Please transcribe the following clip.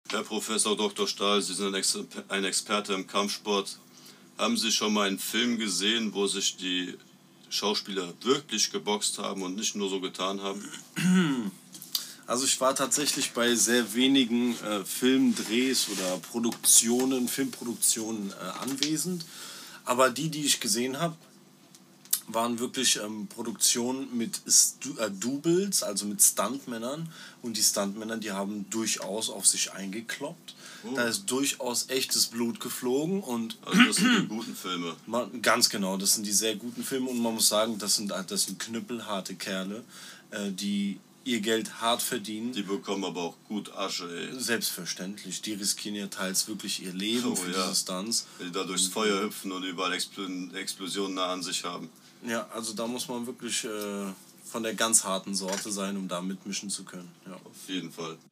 Herr Professor Dr. Stahl, Sie sind ein Experte im Kampfsport. Haben Sie schon mal einen Film gesehen, wo sich die Schauspieler wirklich geboxt haben und nicht nur so getan haben? Also ich war tatsächlich bei sehr wenigen Filmdrehs oder Filmproduktionen anwesend. Aber die ich gesehen habe, waren wirklich Produktionen mit Doubles, also mit Stuntmännern. Und die Stuntmänner, die haben durchaus auf sich eingekloppt. Oh. Da ist durchaus echtes Blut geflogen. Und also das sind die guten Filme. Ganz genau, das sind die sehr guten Filme. Und man muss sagen, das sind knüppelharte Kerle, die ihr Geld hart verdienen. Die bekommen aber auch gut Asche, ey. Selbstverständlich, die riskieren ja teils wirklich ihr Leben für diese Stunts. Wenn die da durchs Feuer hüpfen und überall Explosionen nah an sich haben. Ja, also da muss man wirklich von der ganz harten Sorte sein, um da mitmischen zu können. Ja. Auf jeden Fall.